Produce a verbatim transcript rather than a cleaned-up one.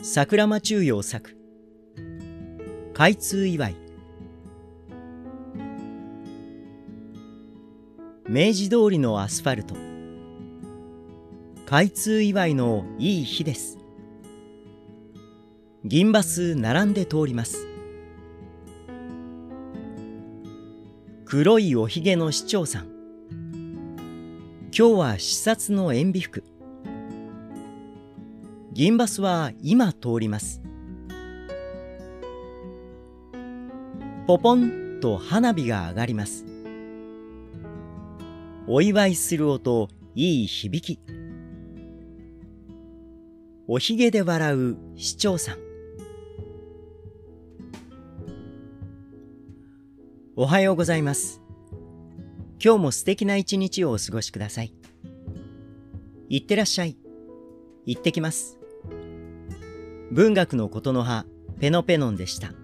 桜間中陽作開通祝い。明治通りのアスファルト、開通祝いのいい日です。銀バス並んで通ります。黒いおひげの市長さん、今日は視察の塩ビ服。銀バスは今通ります。ポポンと花火が上がります。お祝いする音、いい響き。おひげで笑う市長さん。おはようございます。今日も素敵な一日をお過ごしください。いってらっしゃい。行ってきます。文学のことの葉ペノペノンでした。